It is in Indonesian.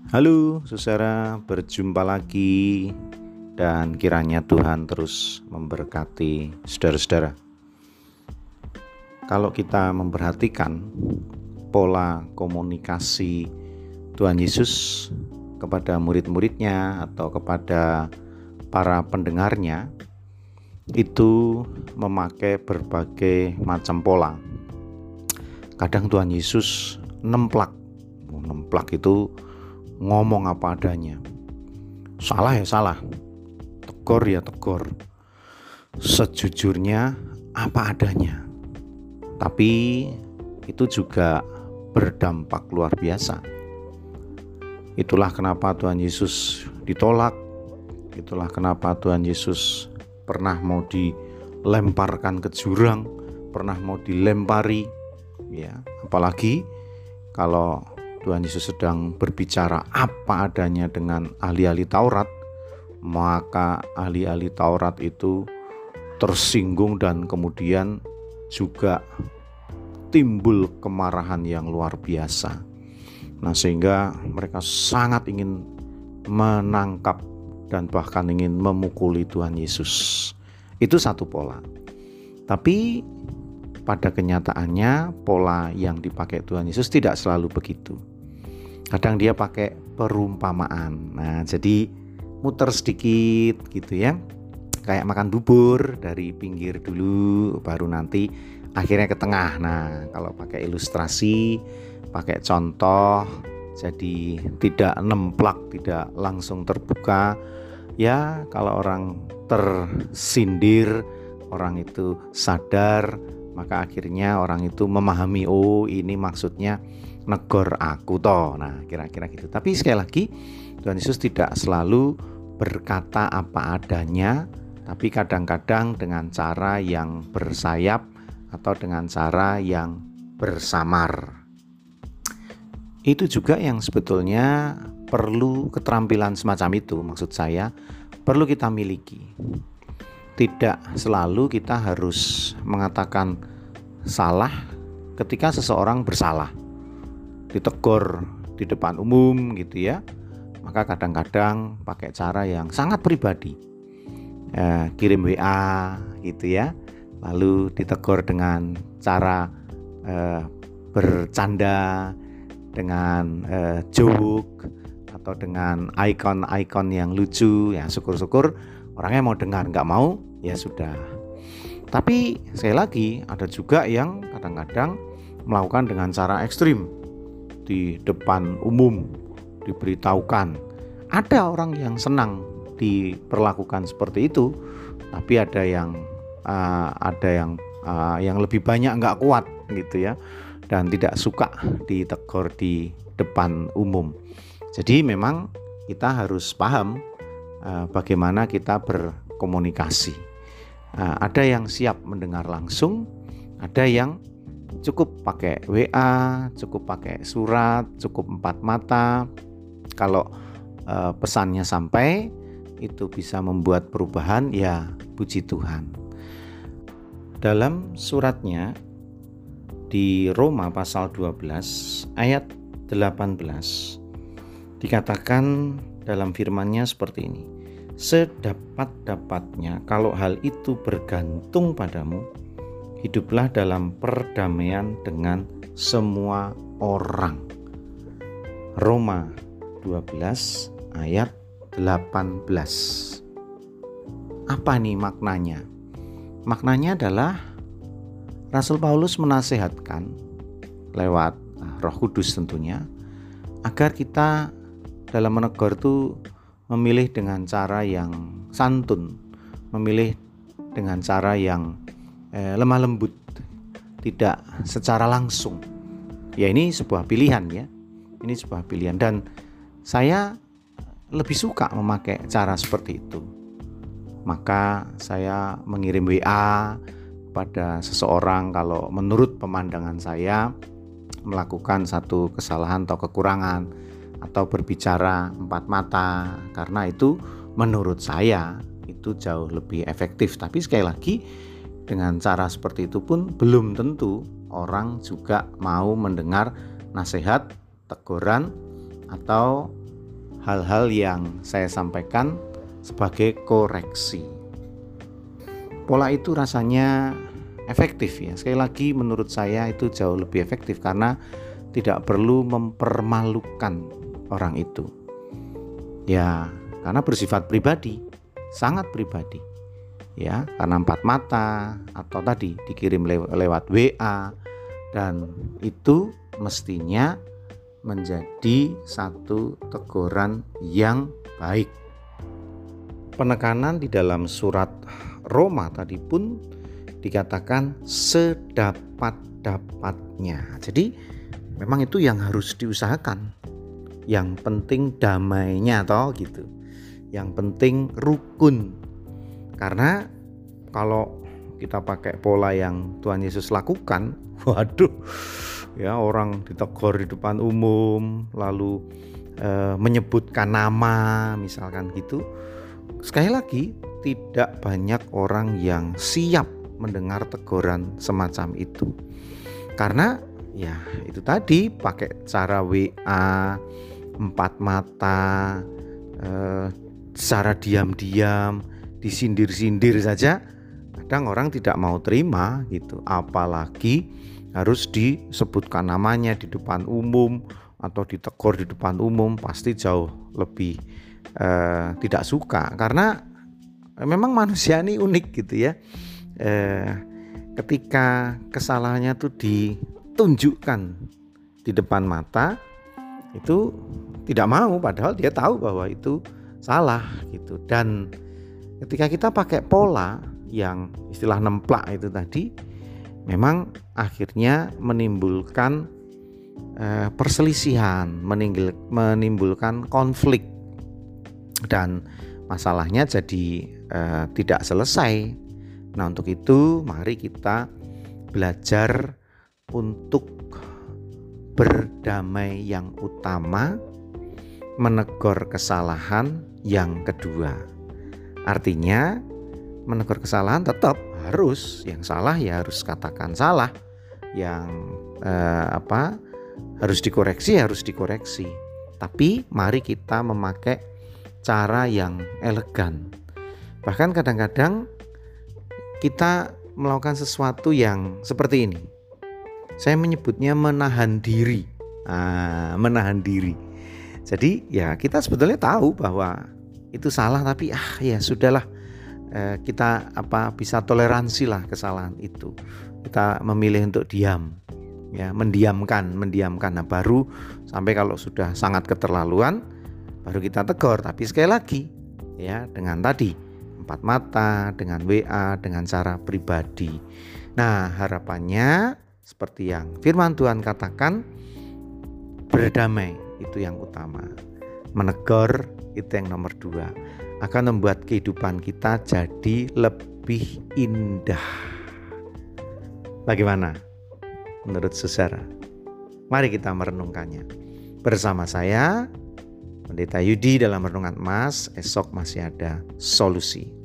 Halo saudara, berjumpa lagi dan kiranya Tuhan terus memberkati saudara-saudara. Kalau kita memperhatikan pola komunikasi Tuhan Yesus kepada murid-muridnya atau kepada para pendengarnya, itu memakai berbagai macam pola. Kadang Tuhan Yesus nemplak itu ngomong apa adanya. Salah ya salah, tegur ya tegur, sejujurnya apa adanya. Tapi itu juga berdampak luar biasa. Itulah kenapa Tuhan Yesus ditolak. Itulah kenapa Tuhan Yesus pernah mau dilemparkan ke jurang, pernah mau dilempari, ya. Apalagi kalau Tuhan Yesus sedang berbicara apa adanya dengan ahli-ahli Taurat, maka ahli-ahli Taurat itu tersinggung dan kemudian juga timbul kemarahan yang luar biasa. Nah, sehingga mereka sangat ingin menangkap dan bahkan ingin memukuli Tuhan Yesus. Itu satu pola. Tapi pada kenyataannya pola yang dipakai Tuhan Yesus tidak selalu begitu. Kadang dia pakai perumpamaan. Nah, jadi muter sedikit gitu ya. Kayak makan bubur, dari pinggir dulu baru nanti akhirnya ke tengah. Nah, kalau pakai ilustrasi, pakai contoh, jadi tidak nemplak, tidak langsung terbuka. Ya, kalau orang tersindir, orang itu sadar, maka akhirnya orang itu memahami, oh ini maksudnya negor aku toh. Nah, kira-kira gitu. Tapi sekali lagi, Tuhan Yesus tidak selalu berkata apa adanya, tapi kadang-kadang dengan cara yang bersayap atau dengan cara yang bersamar. Itu juga yang sebetulnya perlu keterampilan semacam itu, maksud saya perlu kita miliki. Tidak selalu kita harus mengatakan salah ketika seseorang bersalah, ditegur di depan umum gitu ya. Maka kadang-kadang pakai cara yang sangat pribadi, kirim WA gitu ya, lalu ditegur dengan cara bercanda, dengan joke atau dengan ikon-ikon yang lucu. Ya syukur-syukur orangnya mau dengar, nggak mau ya sudah. Tapi sekali lagi ada juga yang kadang-kadang melakukan dengan cara ekstrim, di depan umum diberitahukan. Ada orang yang senang diperlakukan seperti itu, tapi ada yang lebih banyak nggak kuat gitu ya, dan tidak suka ditegur di depan umum. Jadi memang kita harus paham bagaimana kita berkomunikasi. Ada yang siap mendengar langsung, ada yang cukup pakai WA, cukup pakai surat, cukup 4 mata. Kalau pesannya sampai, itu bisa membuat perubahan, ya puji Tuhan. Dalam suratnya di Roma pasal 12 ayat 18 dikatakan dalam firman-Nya seperti ini. Sedapat-dapatnya kalau hal itu bergantung padamu, hiduplah dalam perdamaian dengan semua orang. Roma 12 ayat 18. Apa nih maknanya? Maknanya adalah Rasul Paulus menasehatkan lewat Roh Kudus tentunya, agar kita dalam menegur itu memilih dengan cara yang santun, memilih dengan cara yang lemah lembut, tidak secara langsung. Ya, ini sebuah pilihan ya. Ini sebuah pilihan, dan saya lebih suka memakai cara seperti itu. Maka saya mengirim WA pada seseorang kalau menurut pemandangan saya melakukan satu kesalahan atau kekurangan, atau berbicara 4 mata, karena itu menurut saya itu jauh lebih efektif. Tapi sekali lagi, dengan cara seperti itu pun belum tentu orang juga mau mendengar nasihat, teguran, atau hal-hal yang saya sampaikan sebagai koreksi. Pola itu rasanya efektif ya. Sekali lagi menurut saya itu jauh lebih efektif karena tidak perlu mempermalukan orang itu. Ya, karena bersifat pribadi, sangat pribadi. Ya, karena empat mata atau tadi dikirim lewat WA, dan itu mestinya menjadi satu teguran yang baik. Penekanan di dalam surat Roma tadi pun dikatakan sedapat-dapatnya. Jadi memang itu yang harus diusahakan. Yang penting damainya toh gitu. Yang penting rukun. Karena kalau kita pakai pola yang Tuhan Yesus lakukan, waduh, ya orang ditegur di depan umum, lalu menyebutkan nama misalkan gitu. Sekali lagi, tidak banyak orang yang siap mendengar teguran semacam itu. Karena ya itu tadi pakai cara WA, empat mata, secara diam-diam, disindir-sindir saja, kadang orang tidak mau terima gitu. Apalagi harus disebutkan namanya di depan umum atau ditegur di depan umum, pasti jauh lebih tidak suka. Karena memang manusia ini unik gitu ya. Ketika kesalahannya tuh ditunjukkan di depan mata, itu tidak mau, padahal dia tahu bahwa itu salah gitu. Dan ketika kita pakai pola yang istilah nemplak itu tadi, memang akhirnya menimbulkan perselisihan, menimbulkan konflik, dan masalahnya jadi tidak selesai. Nah, untuk itu mari kita belajar untuk berdamai yang utama, menegur kesalahan yang kedua. Artinya menegur kesalahan tetap harus, yang salah ya harus katakan salah, yang harus dikoreksi. Tapi mari kita memakai cara yang elegan. Bahkan kadang-kadang kita melakukan sesuatu yang seperti ini. Saya menyebutnya menahan diri. Menahan diri. Jadi ya kita sebetulnya tahu bahwa itu salah, tapi ya sudahlah, kita bisa toleransi lah kesalahan itu. Kita memilih untuk diam, ya, mendiamkan. Nah, baru sampai kalau sudah sangat keterlaluan baru kita tegur. Tapi sekali lagi ya, dengan tadi empat mata, dengan WA, dengan cara pribadi. Nah, harapannya seperti yang firman Tuhan katakan, berdamai itu yang utama, menegur itu yang nomor 2, akan membuat kehidupan kita jadi lebih indah. Bagaimana menurut saudara? Mari kita merenungkannya bersama saya, Pendeta Yudi, dalam Renungan Emas. Esok masih ada solusi.